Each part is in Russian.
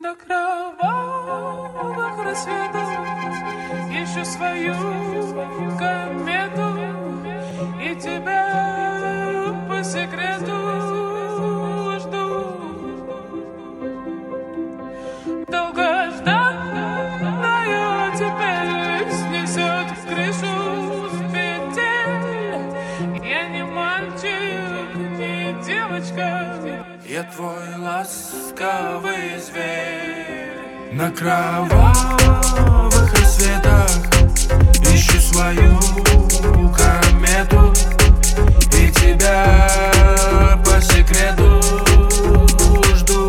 На кровавых рассветах ищу свою комету и тебя по секрету жду. Долгожданная теперь снесет крышу с петель. Я не мальчик, не девочка, я твой ласковый зверь. На кровавых рассветах ищу свою комету и тебя по секрету жду.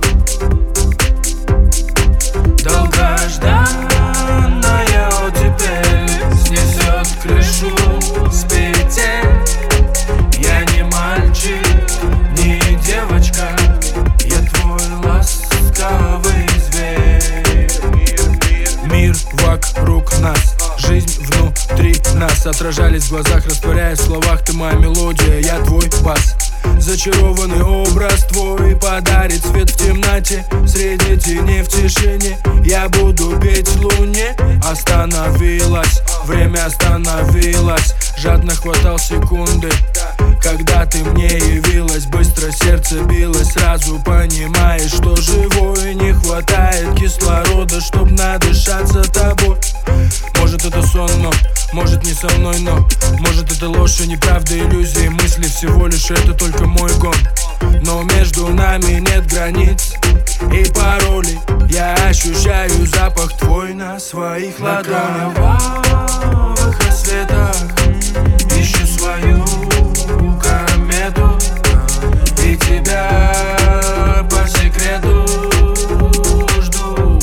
Долгожданная оттепель снесет крышу с петель. Я не мальчик, не девочка, я твой ласковый зверь. Мир вокруг нас, жизнь внутри нас, отражались в глазах, растворяясь в словах. Ты моя мелодия, я твой бас. Зачарованный образ твой подарит свет в темноте. Среди теней в тишине я буду петь луне. Остановилась, время остановилось. Жадно хватал секунды, когда ты мне явилась. Быстро сердце билось, сразу понимаешь, что живой. Не хватает кислорода, чтоб надышаться тобой. Может это сон, но может не со мной, но может это ложь и неправда, иллюзии, мысли. Всего лишь это только мой гон. Но между нами нет границ и паролей. Я ощущаю запах твой на своих ладонях. На кровавых рассветах ищу свою комету и тебя по секрету жду.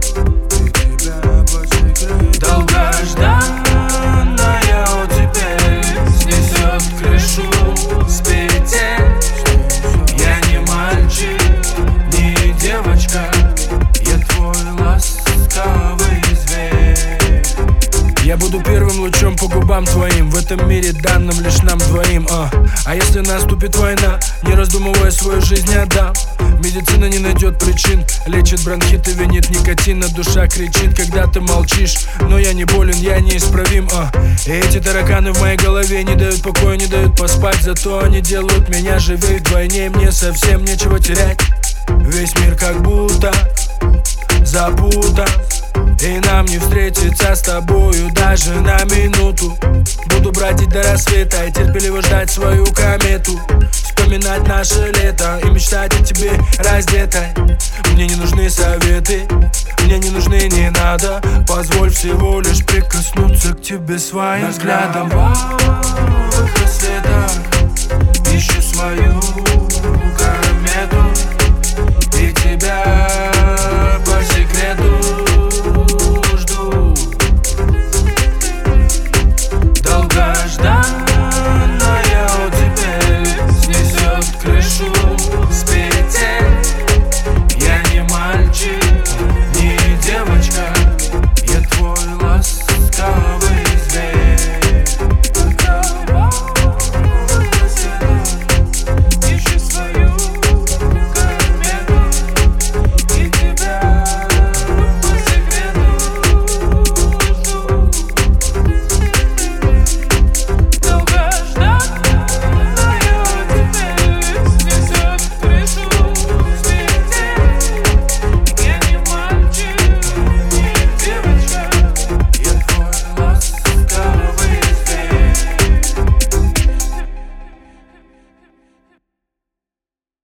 Долгожданная оттепель снесет крышу с петель. Я не мальчик, не девочка, я твой ласковый зверь. Я буду первым лучом по губам твоим в этом мире, данным лишь нам двоим. А если наступит война, не раздумывая, свою жизнь отдам. Медицина не найдет причин, лечит бронхит и винит никотин. Душа кричит, когда ты молчишь, но я не болен, я неисправим. И эти тараканы в моей голове не дают покоя, не дают поспать. Зато они делают меня живее вдвойне. Мне совсем нечего терять, весь мир как будто запутан, и нам не встретиться с тобою даже на минуту. Буду бродить до рассвета и терпеливо ждать свою комету, вспоминать наше лето и мечтать о тебе раздетой. Мне не нужны советы, мне не нужны, не надо. Позволь всего лишь прикоснуться к тебе своим взглядом. На кровавых рассветах ищу свою